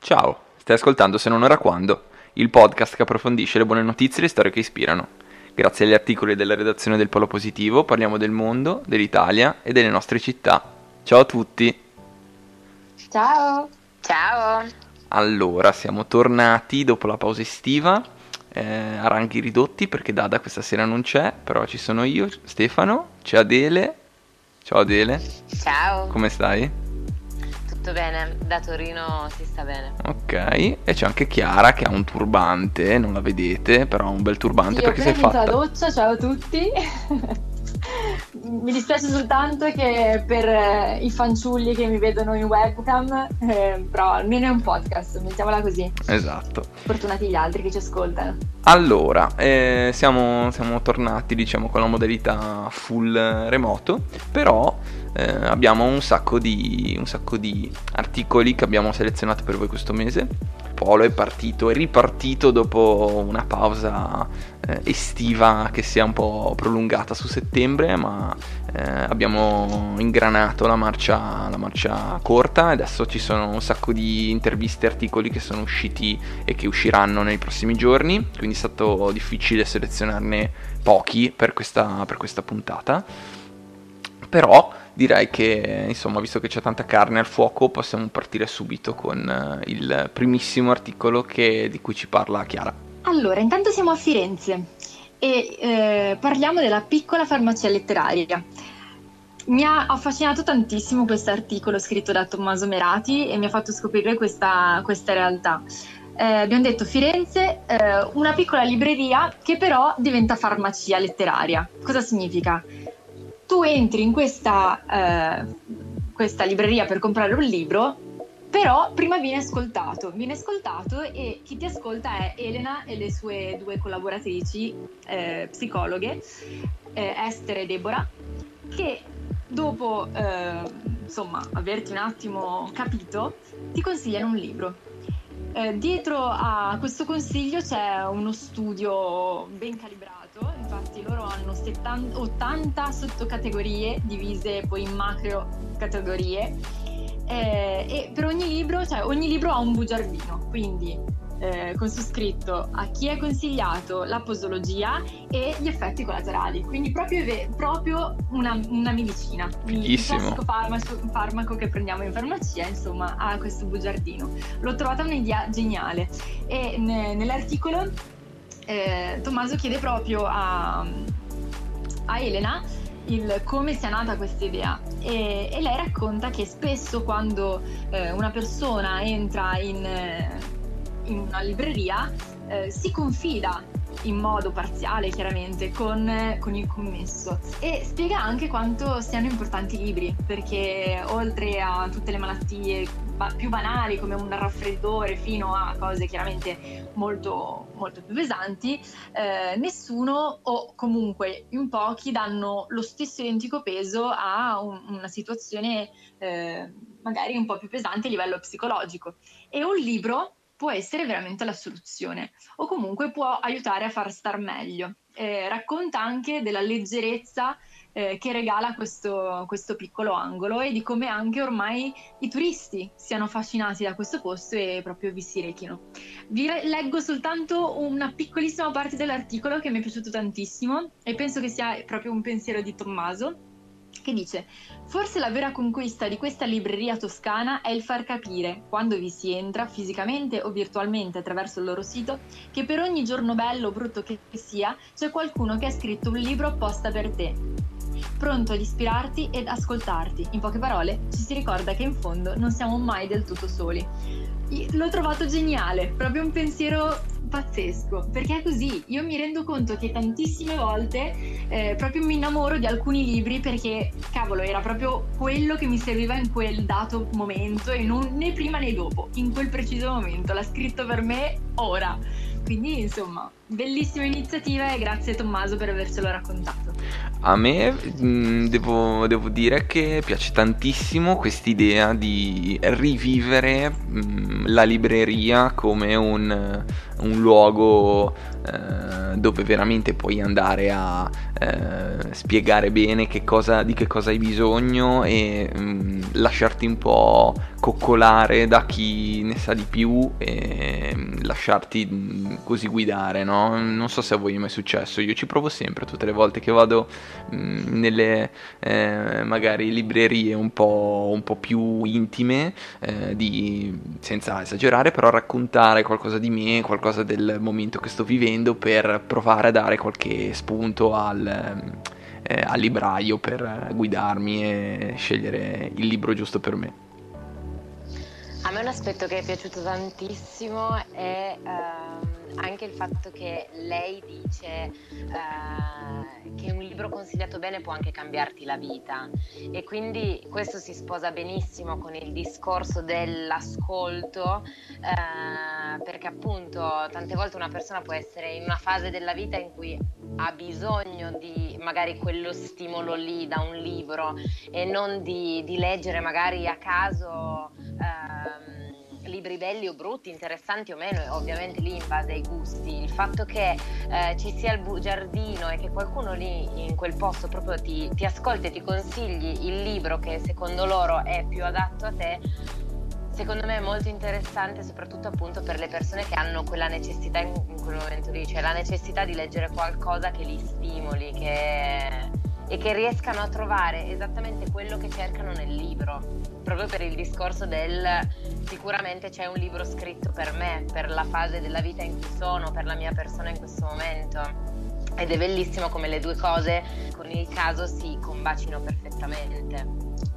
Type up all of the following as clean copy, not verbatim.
Ciao, stai ascoltando Se non ora quando, il podcast che approfondisce le buone notizie e le storie che ispirano. Grazie agli articoli della redazione del Polo Positivo parliamo del mondo, dell'Italia e delle nostre città. Ciao a tutti! Ciao! Ciao! Allora, siamo tornati dopo la pausa estiva, a ranghi ridotti perché Dada questa sera non c'è, però ci sono io, Stefano, c'è Adele. Ciao Adele, Ciao! come stai? Tutto bene? Da Torino si sta bene. Ok, e c'è anche Chiara che ha un turbante, non la vedete, però ha un bel turbante Io ho perché si è appena finito la fatta... doccia, ciao a tutti. Mi dispiace soltanto che per i fanciulli che mi vedono in webcam, però almeno è un podcast, mettiamola così. Esatto. Fortunati gli altri che ci ascoltano. Allora, siamo tornati, diciamo, con la modalità full remoto, però abbiamo un sacco di articoli che abbiamo selezionato per voi questo mese. Polo è ripartito dopo una pausa estiva che si è un po' prolungata su settembre, ma abbiamo ingranato la marcia corta e adesso ci sono un sacco di interviste e articoli che sono usciti e che usciranno nei prossimi giorni, quindi è stato difficile selezionarne pochi per questa puntata. Però direi che, insomma, visto che c'è tanta carne al fuoco, possiamo partire subito con il primissimo articolo di cui ci parla Chiara. Allora, intanto siamo a Firenze e parliamo della piccola farmacia letteraria. Mi ha affascinato tantissimo questo articolo scritto da Tommaso Merati e mi ha fatto scoprire questa realtà. Abbiamo detto Firenze, una piccola libreria che però diventa farmacia letteraria. Cosa significa? Tu entri in questa libreria per comprare un libro, però prima viene ascoltato e chi ti ascolta è Elena e le sue due collaboratrici psicologhe, Esther e Deborah, che dopo averti un attimo capito ti consigliano un libro. Dietro a questo consiglio c'è uno studio ben calibrato, infatti loro hanno 80 sottocategorie divise poi in macro categorie e per ogni libro ha un bugiardino, quindi con su scritto a chi è consigliato, la posologia e gli effetti collaterali, quindi proprio una medicina. Fighissimo. Il classico farmaco che prendiamo in farmacia, insomma, ha questo bugiardino. L'ho trovata un'idea geniale e nell'articolo Tommaso chiede proprio a Elena come sia nata questa idea e lei racconta che spesso quando una persona entra in una libreria si confida in modo parziale chiaramente con il commesso e spiega anche quanto siano importanti i libri, perché oltre a tutte le malattie più banali come un raffreddore fino a cose chiaramente molto, molto più pesanti, nessuno o comunque in pochi danno lo stesso identico peso a una situazione magari un po' più pesante a livello psicologico, e un libro può essere veramente la soluzione o comunque può aiutare a far star meglio. Racconta anche della leggerezza che regala questo piccolo angolo e di come anche ormai i turisti siano affascinati da questo posto e proprio vi si rechino. Vi leggo soltanto una piccolissima parte dell'articolo che mi è piaciuto tantissimo e penso che sia proprio un pensiero di Tommaso, che dice: forse la vera conquista di questa libreria toscana è il far capire, quando vi si entra fisicamente o virtualmente attraverso il loro sito, che per ogni giorno bello o brutto che sia c'è qualcuno che ha scritto un libro apposta per te, pronto ad ispirarti ed ascoltarti. In poche parole, ci si ricorda che in fondo non siamo mai del tutto soli. L'ho trovato geniale, proprio un pensiero pazzesco, perché è così. Io mi rendo conto che tantissime volte proprio mi innamoro di alcuni libri perché, cavolo, era proprio quello che mi serviva in quel dato momento e non né prima né dopo, in quel preciso momento, l'ha scritto per me ora. Quindi, insomma, bellissima iniziativa e grazie Tommaso per avercelo raccontato. A me devo dire che piace tantissimo quest'idea di rivivere la libreria come un un luogo dove veramente puoi andare a spiegare bene di che cosa hai bisogno e lasciarti un po' coccolare da chi ne sa di più e lasciarti così guidare, no? Non so se a voi è mai successo, io ci provo sempre tutte le volte che vado nelle magari librerie un po' più intime, senza esagerare, però raccontare qualcosa di me, qualcosa del momento che sto vivendo, per provare a dare qualche spunto al libraio per guidarmi e scegliere il libro giusto per me. A me un aspetto che è piaciuto tantissimo è anche il fatto che lei dice che un libro consigliato bene può anche cambiarti la vita, e quindi questo si sposa benissimo con il discorso dell'ascolto, perché appunto tante volte una persona può essere in una fase della vita in cui ha bisogno di magari quello stimolo lì da un libro e non di leggere magari a caso libri belli o brutti, interessanti o meno, ovviamente lì in base ai gusti. Il fatto che ci sia il bugiardino e che qualcuno lì in quel posto proprio ti ascolti e ti consigli il libro che secondo loro è più adatto a te, secondo me è molto interessante, soprattutto appunto per le persone che hanno quella necessità in quel momento lì, cioè la necessità di leggere qualcosa che li stimoli, e che riescano a trovare esattamente quello che cercano nel libro, proprio per il discorso del sicuramente c'è un libro scritto per me, per la fase della vita in cui sono, per la mia persona in questo momento. Ed è bellissimo come le due cose con il caso si combacino perfettamente.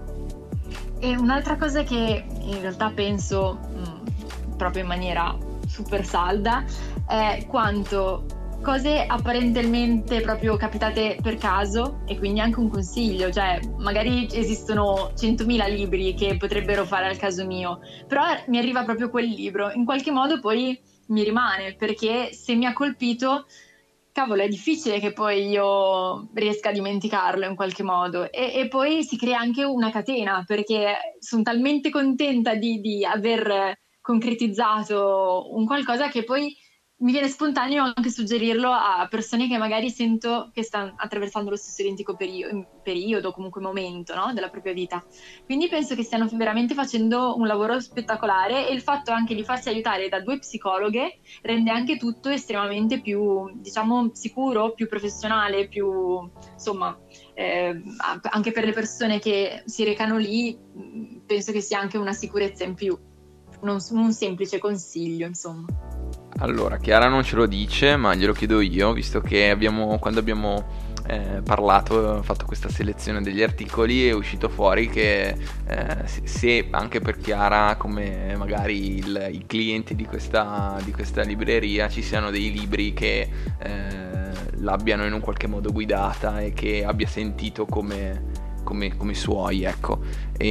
E un'altra cosa che in realtà penso proprio in maniera super salda è quanto cose apparentemente proprio capitate per caso, e quindi anche un consiglio, cioè magari esistono 100.000 libri che potrebbero fare al caso mio, però mi arriva proprio quel libro, in qualche modo poi mi rimane, perché se mi ha colpito, cavolo, è difficile che poi io riesca a dimenticarlo in qualche modo, e poi si crea anche una catena, perché sono talmente contenta di aver concretizzato un qualcosa che poi mi viene spontaneo anche suggerirlo a persone che magari sento che stanno attraversando lo stesso identico periodo, comunque momento, no? Della propria vita. Quindi penso che stiano veramente facendo un lavoro spettacolare, e il fatto anche di farsi aiutare da 2 psicologhe rende anche tutto estremamente più, diciamo, sicuro, più professionale, più, insomma, anche per le persone che si recano lì, penso che sia anche una sicurezza in più, non un semplice consiglio, insomma. Allora, Chiara non ce lo dice, ma glielo chiedo io, visto che quando abbiamo fatto questa selezione degli articoli, è uscito fuori che se anche per Chiara, come magari i clienti di questa libreria, ci siano dei libri che l'abbiano in un qualche modo guidata e che abbia sentito come suoi, ecco.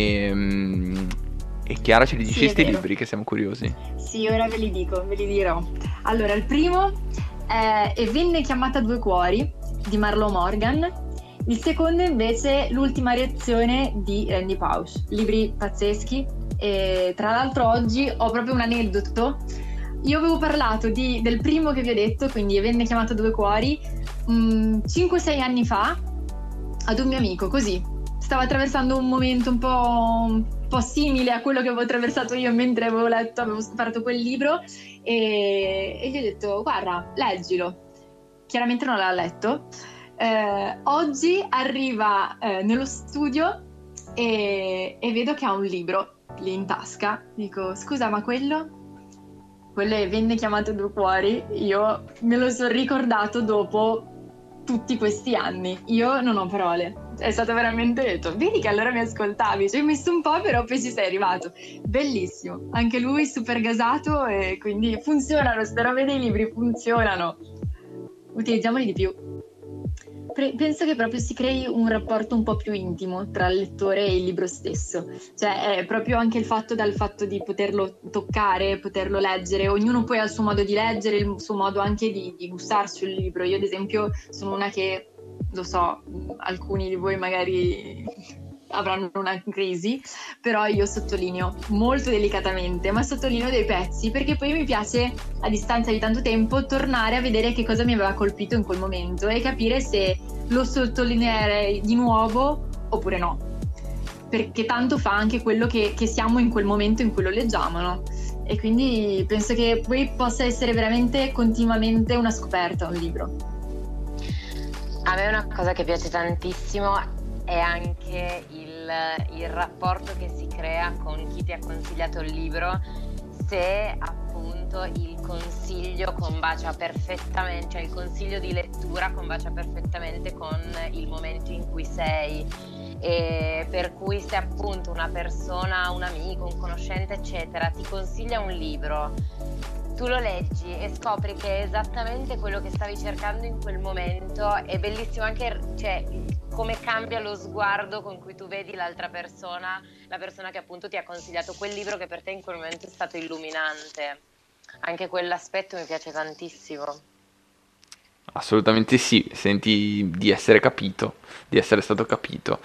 E Chiara ce li dici questi libri, che siamo curiosi. Sì, ora ve li dirò. Allora, il primo è E venne chiamata Due cuori di Marlo Morgan. Il secondo invece L'ultima reazione di Randy Pausch. Libri pazzeschi, e tra l'altro oggi ho proprio un aneddoto. Io avevo parlato del primo che vi ho detto, quindi E venne chiamata Due cuori, 5-6 anni fa ad un mio amico, così. Stava attraversando un momento un po' simile a quello che avevo attraversato io mentre avevo sparato quel libro, e gli ho detto: guarda, leggilo. Chiaramente non l'ha letto. Oggi arriva nello studio e vedo che ha un libro lì in tasca. Dico: scusa, ma quello venne chiamato Due cuori. Io me lo sono ricordato dopo tutti questi anni. Io non ho parole. È stato veramente detto: vedi che allora mi ascoltavi, ci hai messo un po', però poi ci sei arrivato. Bellissimo, anche lui super gasato, e quindi funzionano, ste robe dei libri funzionano, utilizziamoli di più. Penso che proprio si crei un rapporto un po' più intimo tra il lettore e il libro stesso, cioè è proprio anche dal fatto di poterlo toccare, poterlo leggere. Ognuno poi ha il suo modo di leggere, il suo modo anche di gustarsi un libro. Io ad esempio sono una che, lo so, alcuni di voi magari avranno una crisi, però io sottolineo molto delicatamente, ma sottolineo dei pezzi, perché poi mi piace, a distanza di tanto tempo, tornare a vedere che cosa mi aveva colpito in quel momento e capire se lo sottolineerei di nuovo oppure no, perché tanto fa anche quello che siamo in quel momento in cui lo leggiamo, no? E quindi penso che poi possa essere veramente continuamente una scoperta un libro. A me una cosa che piace tantissimo è anche il rapporto che si crea con chi ti ha consigliato il libro, se appunto il consiglio combacia perfettamente, cioè il consiglio di lettura combacia perfettamente con il momento in cui sei, e per cui se appunto una persona, un amico, un conoscente eccetera ti consiglia un libro, tu lo leggi e scopri che è esattamente quello che stavi cercando in quel momento. È bellissimo anche, cioè, come cambia lo sguardo con cui tu vedi l'altra persona, la persona che appunto ti ha consigliato quel libro che per te in quel momento è stato illuminante. Anche quell'aspetto mi piace tantissimo. Assolutamente sì, senti di essere capito, di essere stato capito.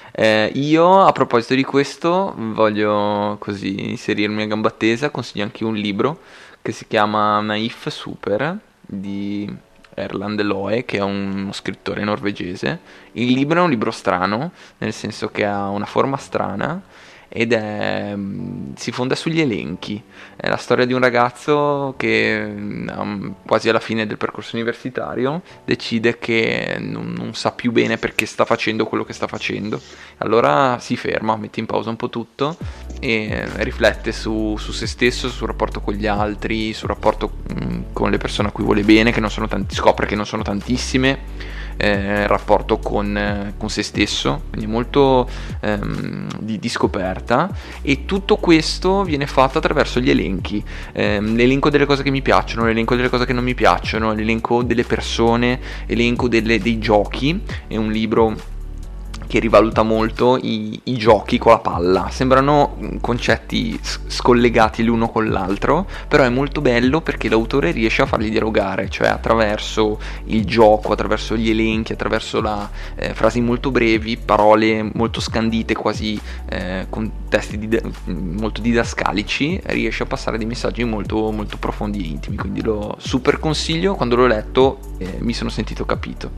Io a proposito di questo voglio così inserirmi a gamba tesa, consiglio anche un libro che si chiama Naif Super di Erland Loe, che è uno scrittore norvegese. Il libro è un libro strano, nel senso che ha una forma strana ed si fonda sugli elenchi. È la storia di un ragazzo che quasi alla fine del percorso universitario decide che non sa più bene perché sta facendo quello che sta facendo. Allora si ferma, mette in pausa un po' tutto e riflette su se stesso, sul rapporto con gli altri, sul rapporto con le persone a cui vuole bene, che non sono scopre che non sono tantissime. Rapporto con se stesso, quindi molto di scoperta, e tutto questo viene fatto attraverso gli elenchi, l'elenco delle cose che mi piacciono, l'elenco delle cose che non mi piacciono, l'elenco delle persone, l'elenco dei giochi. È un libro che rivaluta molto i giochi con la palla. Sembrano concetti scollegati l'uno con l'altro, però è molto bello perché l'autore riesce a farli dialogare, cioè attraverso il gioco, attraverso gli elenchi, attraverso frasi molto brevi, parole molto scandite, quasi con testi molto didascalici, riesce a passare dei messaggi molto, molto profondi e intimi. Quindi lo super consiglio. Quando l'ho letto mi sono sentito capito.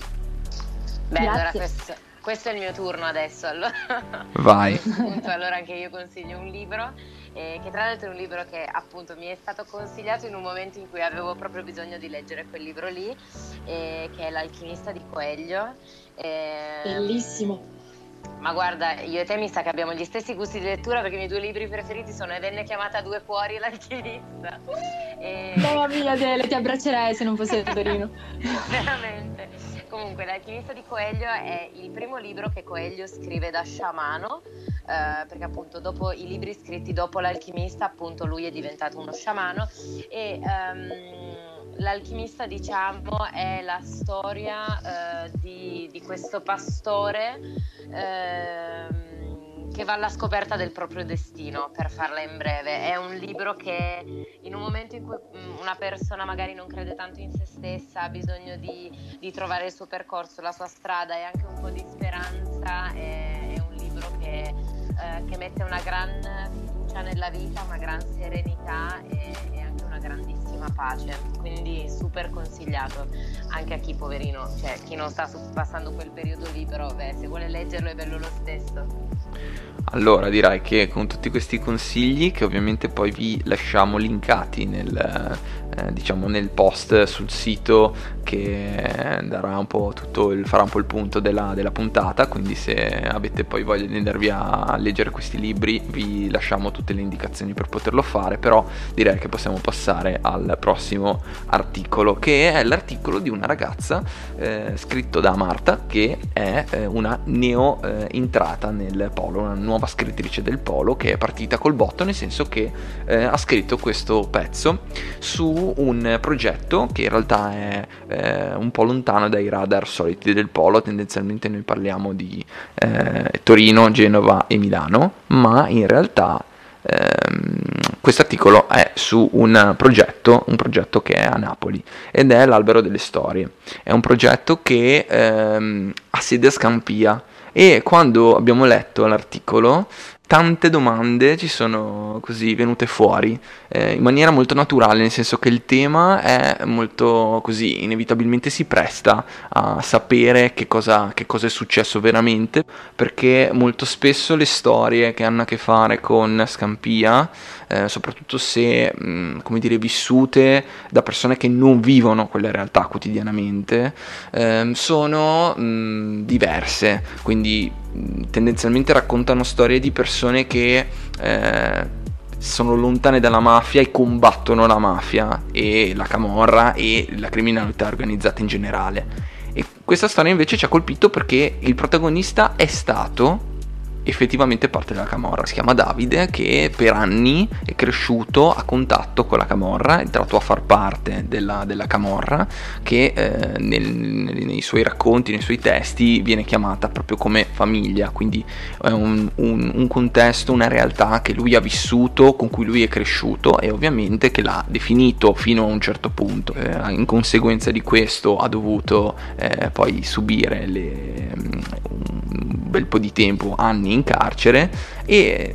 Beh, allora questo è il mio turno adesso, allora. Vai. Appunto, allora anche io consiglio un libro, che tra l'altro è un libro che appunto mi è stato consigliato in un momento in cui avevo proprio bisogno di leggere quel libro lì, che è L'alchimista di Coelho. Bellissimo. Ma guarda, io e te mi sa che abbiamo gli stessi gusti di lettura, perché i miei due libri preferiti sono E venne chiamata Due cuori e L'alchimista. Mamma mia, Adele, ti abbraccerei se non fossi a Torino. Veramente. Comunque, L'alchimista di Coelho è il primo libro che Coelho scrive da sciamano, perché appunto dopo i libri scritti dopo L'alchimista, appunto lui è diventato uno sciamano, e L'alchimista, diciamo, è la storia di questo pastore che va alla scoperta del proprio destino, per farla in breve. È un libro che in un momento in cui una persona magari non crede tanto in se stessa, ha bisogno di trovare il suo percorso, la sua strada e anche un po' di speranza, è un libro che mette una gran fiducia nella vita, una gran serenità e anche una grandissima pace, quindi super consigliato anche a chi, poverino, cioè chi non sta passando quel periodo lì, però se vuole leggerlo è bello lo stesso. Allora direi che con tutti questi consigli, che ovviamente poi vi lasciamo linkati nel post sul sito, che darà un po' farà un po' il punto della puntata, quindi se avete poi voglia di andarvi a leggere questi libri vi lasciamo tutte le indicazioni per poterlo fare. Però direi che possiamo passare al prossimo articolo, che è l'articolo di una ragazza scritto da Marta, che è una neo entrata nel Polo, una nuova scrittrice del Polo, che è partita col botto, nel senso che ha scritto questo pezzo su un progetto che in realtà è un po' lontano dai radar soliti del Polo. Tendenzialmente noi parliamo di Torino, Genova e Milano, ma in realtà questo articolo è su un progetto che è a Napoli, ed è l'Albero delle Storie. È un progetto che ha sede a Scampia E quando abbiamo letto l'articolo, tante domande ci sono così venute fuori in maniera molto naturale, nel senso che il tema è molto così, inevitabilmente si presta a sapere che cosa è successo veramente, perché molto spesso le storie che hanno a che fare con Scampia, soprattutto se come dire vissute da persone che non vivono quelle realtà quotidianamente, sono diverse, quindi tendenzialmente raccontano storie di persone che sono lontane dalla mafia e combattono la mafia e la camorra e la criminalità organizzata in generale. E questa storia invece ci ha colpito perché il protagonista è stato effettivamente parte della camorra. Si chiama Davide, che per anni è cresciuto a contatto con la camorra, è entrato a far parte della camorra, che nei suoi racconti, nei suoi testi viene chiamata proprio come famiglia, quindi è un contesto, una realtà che lui ha vissuto, con cui lui è cresciuto e ovviamente che l'ha definito fino a un certo punto. In conseguenza di questo ha dovuto poi subire un bel po' di tempo, anni in carcere, e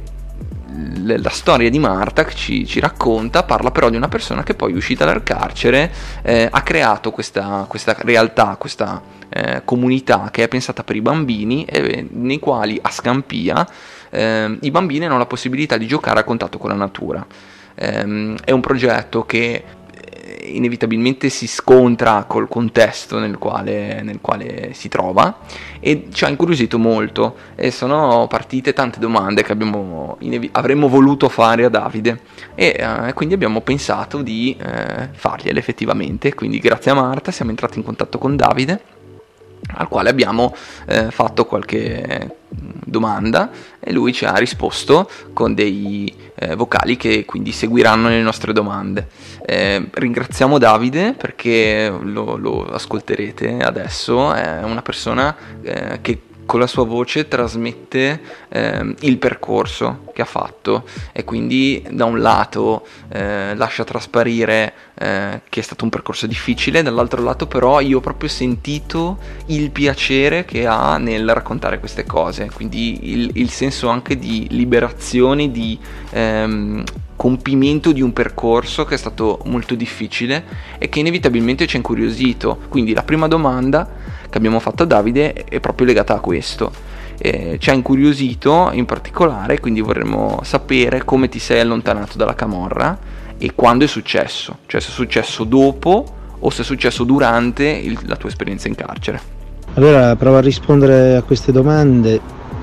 la storia di Marta che ci racconta parla però di una persona che poi, uscita dal carcere, ha creato questa realtà, questa comunità che è pensata per i bambini, nei quali a Scampia i bambini hanno la possibilità di giocare a contatto con la natura. È un progetto che inevitabilmente si scontra col contesto nel quale si trova, e ci ha incuriosito molto, e sono partite tante domande che avremmo voluto fare a Davide, e quindi abbiamo pensato di fargliele effettivamente. Quindi grazie a Marta siamo entrati in contatto con Davide, al quale abbiamo fatto qualche domanda, e lui ci ha risposto con dei vocali che quindi seguiranno le nostre domande. Ringraziamo Davide perché lo ascolterete adesso. È una persona che con la sua voce trasmette il percorso che ha fatto, e quindi da un lato lascia trasparire che è stato un percorso difficile, dall'altro lato però io ho proprio sentito il piacere che ha nel raccontare queste cose, quindi il senso anche di liberazione, di compimento di un percorso che è stato molto difficile e che inevitabilmente ci ha incuriosito. Quindi la prima domanda che abbiamo fatto a Davide è proprio legata a questo. Ci ha incuriosito in particolare, quindi vorremmo sapere come ti sei allontanato dalla camorra e quando è successo, cioè se è successo dopo o se è successo durante la tua esperienza in carcere. Allora provo a rispondere a queste domande.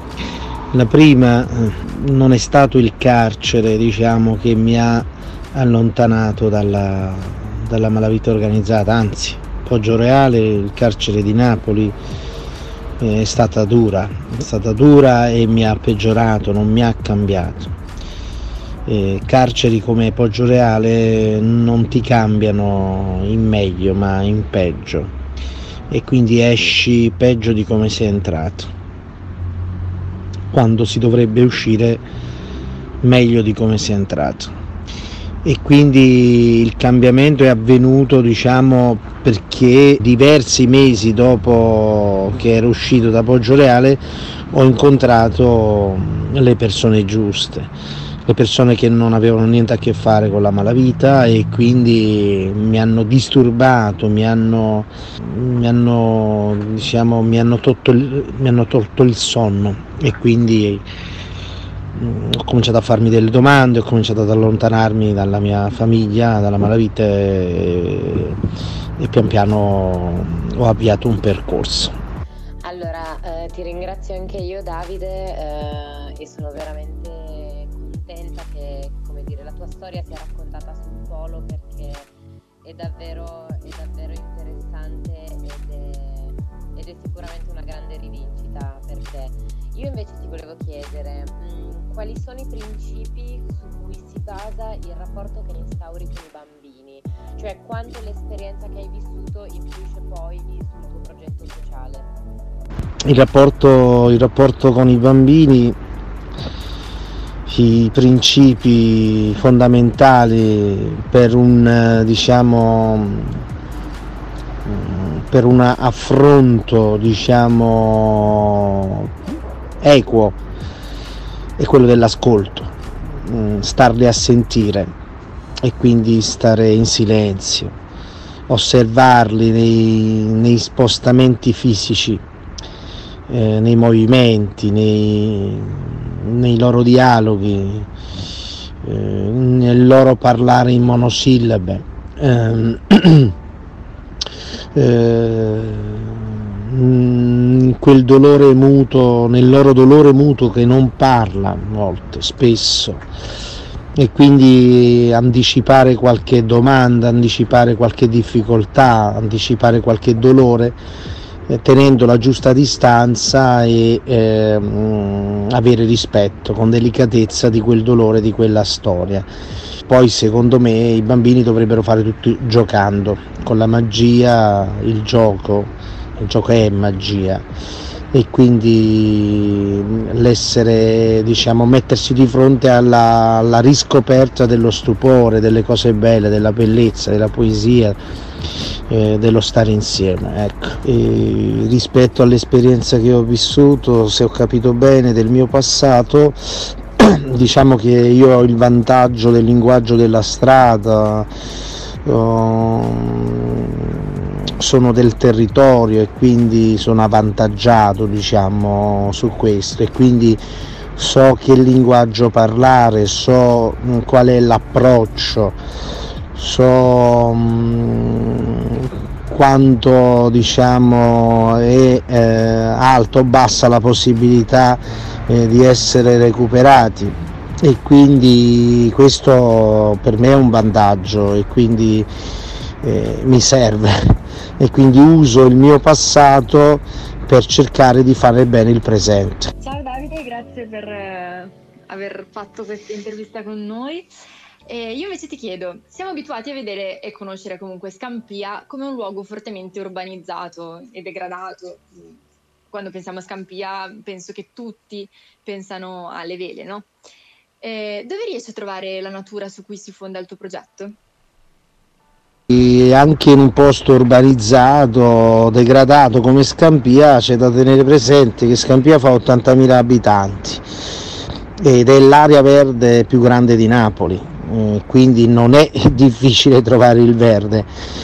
La prima, non è stato il carcere, diciamo, che mi ha allontanato dalla malavita organizzata, anzi, Poggioreale, il carcere di Napoli, è stata dura e mi ha peggiorato, non mi ha cambiato. Carceri come Poggioreale non ti cambiano in meglio ma in peggio, e quindi esci peggio di come sei entrato, quando si dovrebbe uscire meglio di come si è entrato. E quindi il cambiamento è avvenuto, diciamo, perché diversi mesi dopo che ero uscito da Poggioreale ho incontrato le persone giuste, le persone che non avevano niente a che fare con la malavita, e quindi mi hanno disturbato, mi hanno tolto il sonno, e quindi ho cominciato a farmi delle domande, ho cominciato ad allontanarmi dalla mia famiglia, dalla malavita, e pian piano ho avviato un percorso. Allora, ti ringrazio anche io, Davide, e sono veramente contenta che, come dire, la tua storia sia raccontata sul polo, perché è davvero interessante ed è sicuramente una grande rivincita per te. Io invece ti volevo chiedere quali sono i principi su cui si basa il rapporto che instauri con i bambini, cioè quanto l'esperienza che hai vissuto influisce poi sul tuo progetto sociale. Il rapporto con i bambini, i principi fondamentali per un affronto, diciamo, equo è quello dell'ascolto, starli a sentire e quindi stare in silenzio, osservarli nei spostamenti fisici, nei movimenti, nei loro dialoghi, nel loro parlare in monosillabe, quel dolore muto, nel loro dolore muto che non parla molto, spesso, e quindi anticipare qualche domanda, anticipare qualche difficoltà, anticipare qualche dolore, tenendo la giusta distanza e avere rispetto con delicatezza di quel dolore, di quella storia. Poi secondo me i bambini dovrebbero fare tutto giocando, con la magia, il gioco è magia, e quindi l'essere, diciamo, mettersi di fronte alla riscoperta dello stupore, delle cose belle, della bellezza, della poesia, dello stare insieme, ecco. E rispetto all'esperienza che ho vissuto, se ho capito bene, del mio passato, diciamo che io ho il vantaggio del linguaggio della strada, sono del territorio e quindi sono avvantaggiato, diciamo, su questo, e quindi so che linguaggio parlare, so qual è l'approccio, so quanto, diciamo, è alto o bassa la possibilità di essere recuperati, e quindi questo per me è un vantaggio, e quindi mi serve, e quindi uso il mio passato per cercare di fare bene il presente. Ciao Davide, grazie per aver fatto questa intervista con noi. Io invece ti chiedo, siamo abituati a vedere e conoscere comunque Scampia come un luogo fortemente urbanizzato e degradato. Quando pensiamo a Scampia penso che tutti pensano alle vele, no? Dove riesci a trovare la natura su cui si fonda il tuo progetto? E anche in un posto urbanizzato, degradato come Scampia, c'è da tenere presente che Scampia fa 80.000 abitanti ed è l'area verde più grande di Napoli, quindi non è difficile trovare il verde.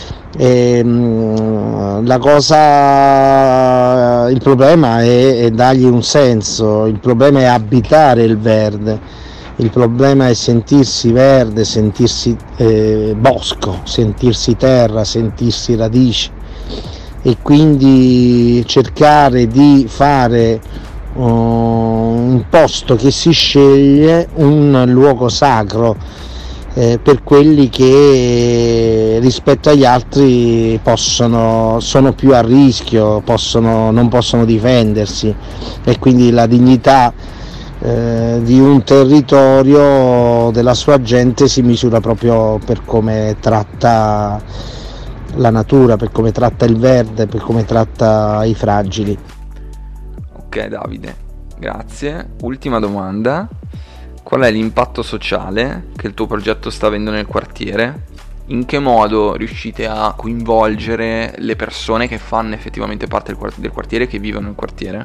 La cosa, il problema è dargli un senso, il problema è abitare il verde. Il problema è sentirsi verde, sentirsi bosco, sentirsi terra, sentirsi radici, e quindi cercare di fare un posto che si sceglie un luogo sacro per quelli che rispetto agli altri sono più a rischio, non possono difendersi, e quindi la dignità di un territorio, della sua gente, si misura proprio per come tratta la natura, per come tratta il verde, per come tratta i fragili. Ok Davide, grazie. Ultima domanda: qual è l'impatto sociale che il tuo progetto sta avendo nel quartiere? In che modo riuscite a coinvolgere le persone che fanno effettivamente parte del quartiere, che vivono nel quartiere?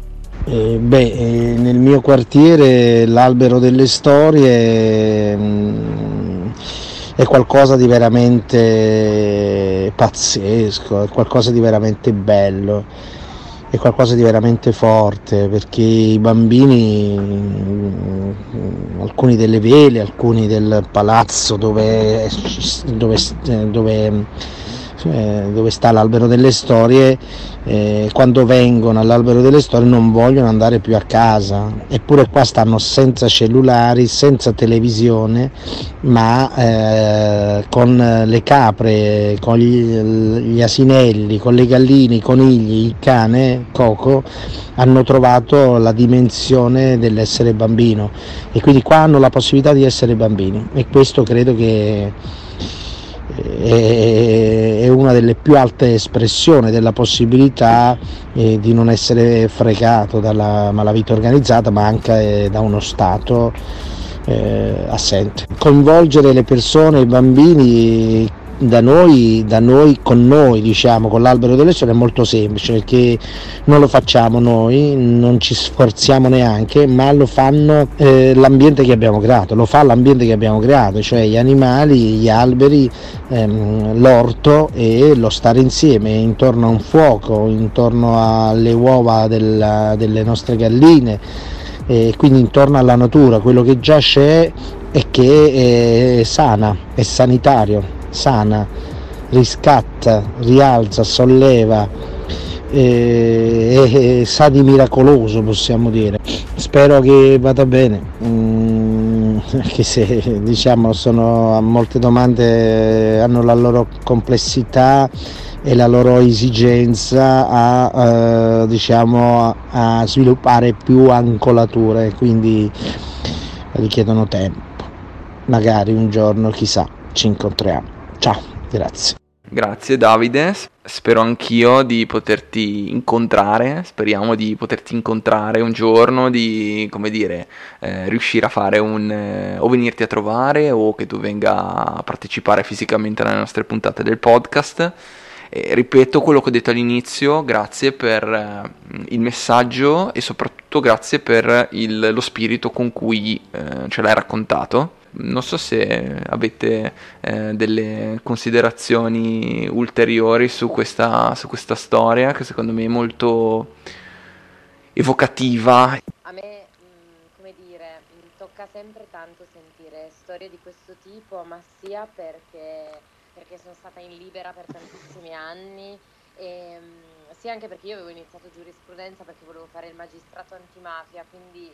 Nel mio quartiere l'Albero delle Storie è qualcosa di veramente pazzesco, è qualcosa di veramente bello, è qualcosa di veramente forte, perché i bambini, alcuni delle vele, alcuni del palazzo dove sta l'Albero delle Storie, quando vengono all'Albero delle Storie non vogliono andare più a casa, eppure qua stanno senza cellulari, senza televisione, ma con le capre, con gli asinelli, con le galline, i conigli, il cane Coco, hanno trovato la dimensione dell'essere bambino, e quindi qua hanno la possibilità di essere bambini, e questo credo che è una delle più alte espressioni della possibilità di non essere fregato dalla malavita organizzata, ma anche da uno Stato assente. Coinvolgere le persone, i bambini, da noi, con noi, diciamo, con l'albero delle sole è molto semplice, perché non lo facciamo noi, non ci sforziamo neanche, ma lo fanno l'ambiente che abbiamo creato, lo fa l'ambiente che abbiamo creato, cioè gli animali, gli alberi, l'orto e lo stare insieme intorno a un fuoco, intorno alle uova delle nostre galline, quindi intorno alla natura. Quello che già c'è e che è sana, è sanitario, sana, riscatta, rialza, solleva, sa di miracoloso, possiamo dire. Spero che vada bene, anche se diciamo molte domande hanno la loro complessità e la loro esigenza a sviluppare più angolature, quindi richiedono tempo. Magari un giorno, chissà, ci incontriamo. Ciao, grazie. Grazie Davide, spero anch'io di poterti incontrare, speriamo di poterti incontrare un giorno, di, come dire, riuscire a fare o venirti a trovare o che tu venga a partecipare fisicamente alle nostre puntate del podcast. Ripeto quello che ho detto all'inizio, grazie per il messaggio e soprattutto grazie per lo spirito con cui ce l'hai raccontato. Non so se avete delle considerazioni ulteriori su questa storia, che secondo me è molto evocativa. A me, come dire, tocca sempre tanto sentire storie di questo tipo, ma sia perché sono stata in libera per tantissimi anni, e sia anche perché io avevo iniziato giurisprudenza perché volevo fare il magistrato antimafia, quindi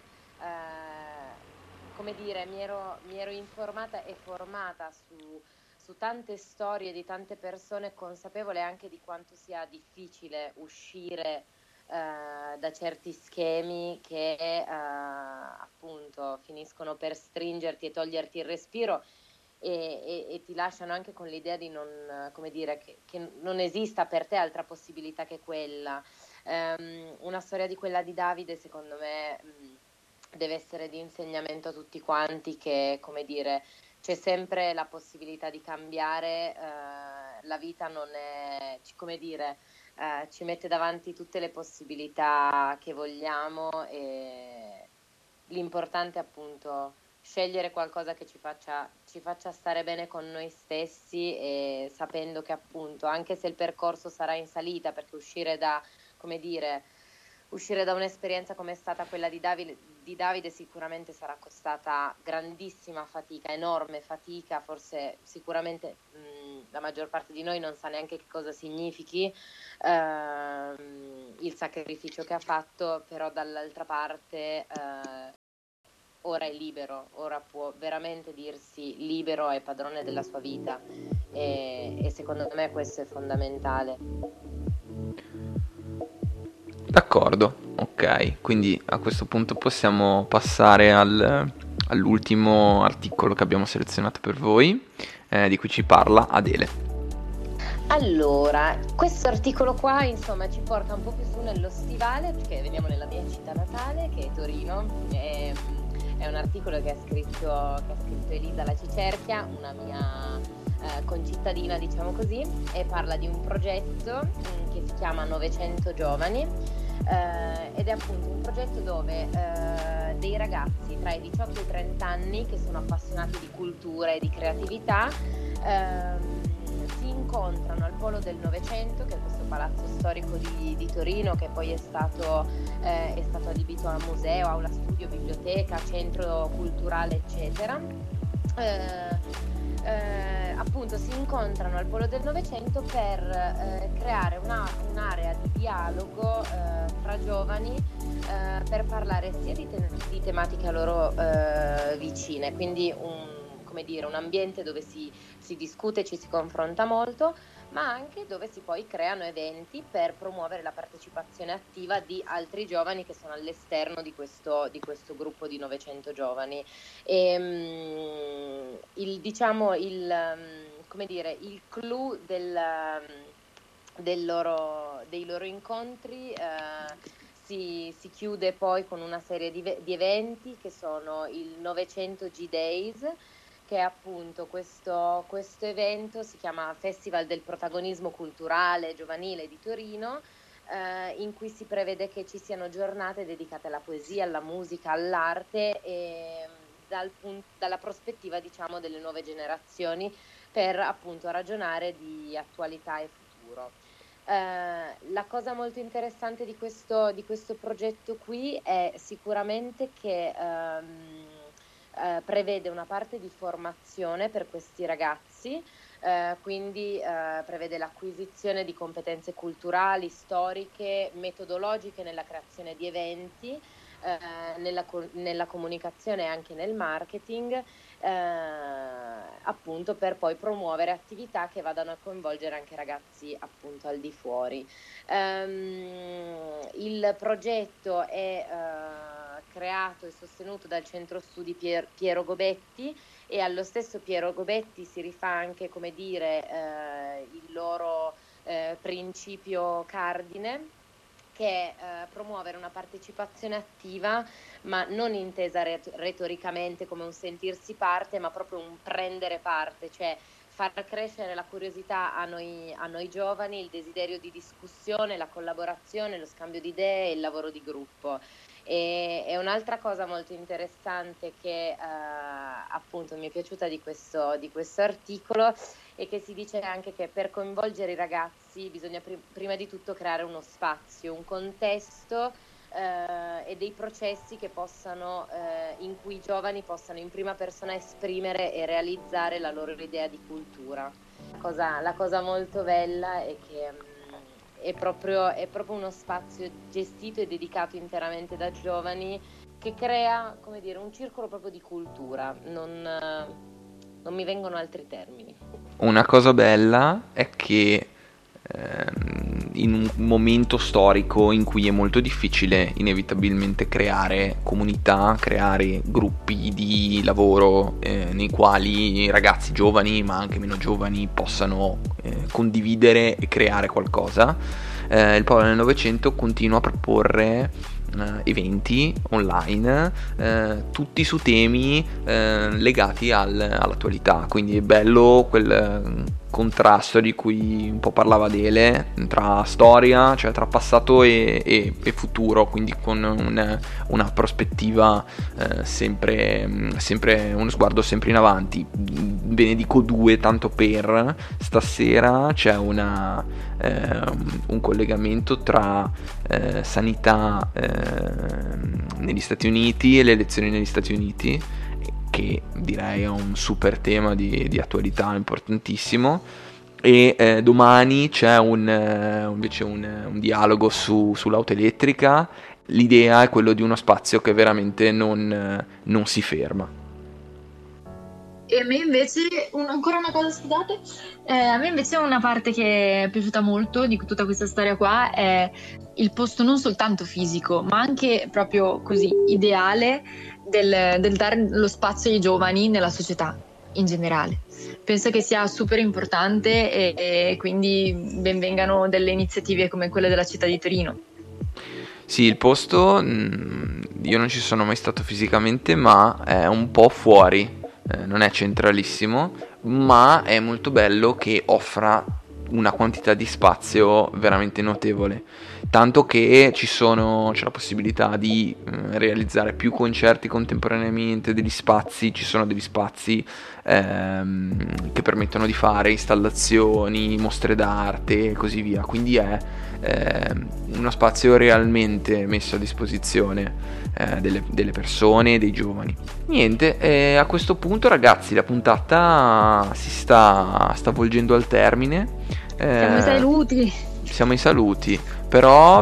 come dire, mi ero informata e formata su tante storie di tante persone, consapevole anche di quanto sia difficile uscire da certi schemi che appunto finiscono per stringerti e toglierti il respiro e ti lasciano anche con l'idea di non, come dire, che non esista per te altra possibilità che quella. Una storia di quella di Davide, secondo me, deve essere di insegnamento a tutti quanti, che, come dire, c'è sempre la possibilità di cambiare, la vita non è, come dire, ci mette davanti tutte le possibilità che vogliamo, e l'importante è appunto scegliere qualcosa che ci faccia stare bene con noi stessi, e sapendo che appunto, anche se il percorso sarà in salita, perché uscire da un'esperienza come è stata quella di Davide sicuramente sarà costata grandissima fatica, enorme fatica, forse sicuramente la maggior parte di noi non sa neanche che cosa significhi il sacrificio che ha fatto, però dall'altra parte ora è libero, ora può veramente dirsi libero e padrone della sua vita, e secondo me questo è fondamentale. D'accordo, ok, quindi a questo punto possiamo passare all'ultimo articolo che abbiamo selezionato per voi, di cui ci parla Adele. Allora, questo articolo qua, insomma, ci porta un po' più su nello stivale, perché veniamo nella mia città natale, che è Torino. È un articolo che ha scritto Elisa La Cicerchia, una mia concittadina, diciamo così, e parla di un progetto che si chiama 900 Giovani, ed è appunto un progetto dove dei ragazzi tra i 18 e i 30 anni che sono appassionati di cultura e di creatività si incontrano al Polo del Novecento, che è questo palazzo storico di Torino, che poi è stato adibito a museo, aula studio, biblioteca, centro culturale, eccetera. Appunto si incontrano al Polo del Novecento per creare un'area di dialogo tra giovani, per parlare sia di tematiche a loro vicine, quindi un ambiente dove si discute, ci si confronta molto, ma anche dove si poi creano eventi per promuovere la partecipazione attiva di altri giovani che sono all'esterno di questo gruppo di 900 giovani. E il clou dei loro incontri si chiude poi con una serie di eventi che sono il 900 G-Days, che appunto questo evento si chiama Festival del Protagonismo Culturale Giovanile di Torino, in cui si prevede che ci siano giornate dedicate alla poesia, alla musica, all'arte e dalla prospettiva, diciamo, delle nuove generazioni, per appunto ragionare di attualità e futuro. La cosa molto interessante di questo progetto qui è sicuramente che prevede una parte di formazione per questi ragazzi, quindi prevede l'acquisizione di competenze culturali, storiche, metodologiche nella creazione di eventi, nella comunicazione e anche nel marketing, appunto per poi promuovere attività che vadano a coinvolgere anche ragazzi appunto al di fuori. Il progetto è creato e sostenuto dal Centro Studi Piero Gobetti, e allo stesso Piero Gobetti si rifà anche, come dire, il loro principio cardine, che è promuovere una partecipazione attiva, ma non intesa retoricamente come un sentirsi parte, ma proprio un prendere parte, cioè far crescere la curiosità a noi giovani, il desiderio di discussione, la collaborazione, lo scambio di idee e il lavoro di gruppo. E un'altra cosa molto interessante che appunto mi è piaciuta di questo articolo è che si dice anche che per coinvolgere i ragazzi bisogna prima di tutto creare uno spazio, un contesto e dei processi che possano, in cui i giovani possano in prima persona esprimere e realizzare la loro idea di cultura. La cosa molto bella è che è proprio uno spazio gestito e dedicato interamente da giovani, che crea, come dire, un circolo proprio di cultura. Non mi vengono altri termini. Una cosa bella è che in un momento storico in cui è molto difficile inevitabilmente creare comunità, creare gruppi di lavoro nei quali i ragazzi giovani, ma anche meno giovani, possano condividere e creare qualcosa, il Polo nel Novecento continua a proporre eventi online, tutti su temi legati all'attualità, quindi è bello quel contrasto di cui un po' parlava Adele tra storia, cioè tra passato e futuro, quindi con una prospettiva sempre uno sguardo sempre in avanti. Ve ne dico due tanto per stasera: c'è un collegamento tra sanità negli Stati Uniti e le elezioni negli Stati Uniti, che direi è un super tema di attualità importantissimo. E domani c'è invece un dialogo sull'auto elettrica. L'idea è quello di uno spazio che veramente non si ferma. E a me invece, ancora una cosa, scusate, a me invece una parte che è piaciuta molto di tutta questa storia qua è il posto non soltanto fisico, ma anche proprio così ideale del dare lo spazio ai giovani nella società in generale. Penso che sia super importante e quindi benvengano delle iniziative come quelle della città di Torino. Sì, il posto, io non ci sono mai stato fisicamente, ma è un po' fuori, non è centralissimo, ma è molto bello che offra una quantità di spazio veramente notevole, tanto che c'è la possibilità di realizzare più concerti contemporaneamente, ci sono degli spazi che permettono di fare installazioni, mostre d'arte e così via, quindi è uno spazio realmente messo a disposizione delle persone e dei giovani. Niente, a questo punto, ragazzi, la puntata si sta volgendo al termine. Siamo ai saluti, però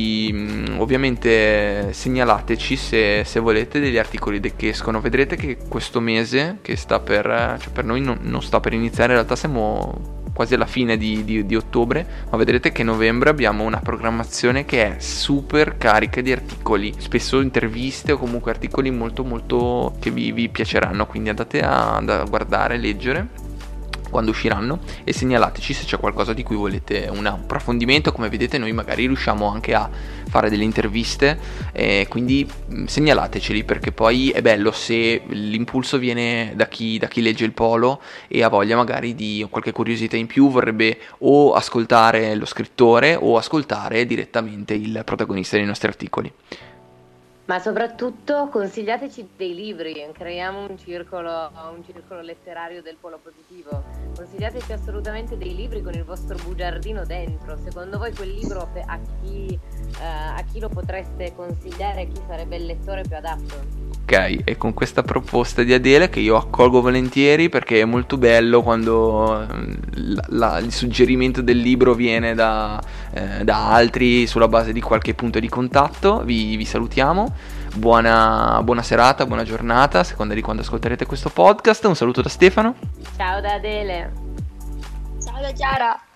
ovviamente segnalateci se volete degli articoli che escono. Vedrete che questo mese che sta per noi non sta per iniziare, in realtà siamo quasi alla fine di ottobre, ma vedrete che novembre abbiamo una programmazione che è super carica di articoli, spesso interviste o comunque articoli molto molto che vi piaceranno, quindi andate a guardare, leggere. quando usciranno, e segnalateci se c'è qualcosa di cui volete un approfondimento. Come vedete noi magari riusciamo anche a fare delle interviste, quindi segnalateceli, perché poi è bello se l'impulso viene da chi legge il polo e ha voglia magari di qualche curiosità in più, vorrebbe o ascoltare lo scrittore o ascoltare direttamente il protagonista dei nostri articoli. Ma soprattutto consigliateci dei libri, creiamo un circolo letterario del polo positivo. Consigliateci assolutamente dei libri con il vostro bugiardino dentro. Secondo voi quel libro a chi lo potreste consigliare, chi sarebbe il lettore più adatto? Ok, e con questa proposta di Adele, che io accolgo volentieri, perché è molto bello quando il suggerimento del libro viene da altri sulla base di qualche punto di contatto, vi salutiamo, buona serata, buona giornata a seconda di quando ascolterete questo podcast. Un saluto da Stefano. Ciao da Adele. Ciao da Chiara.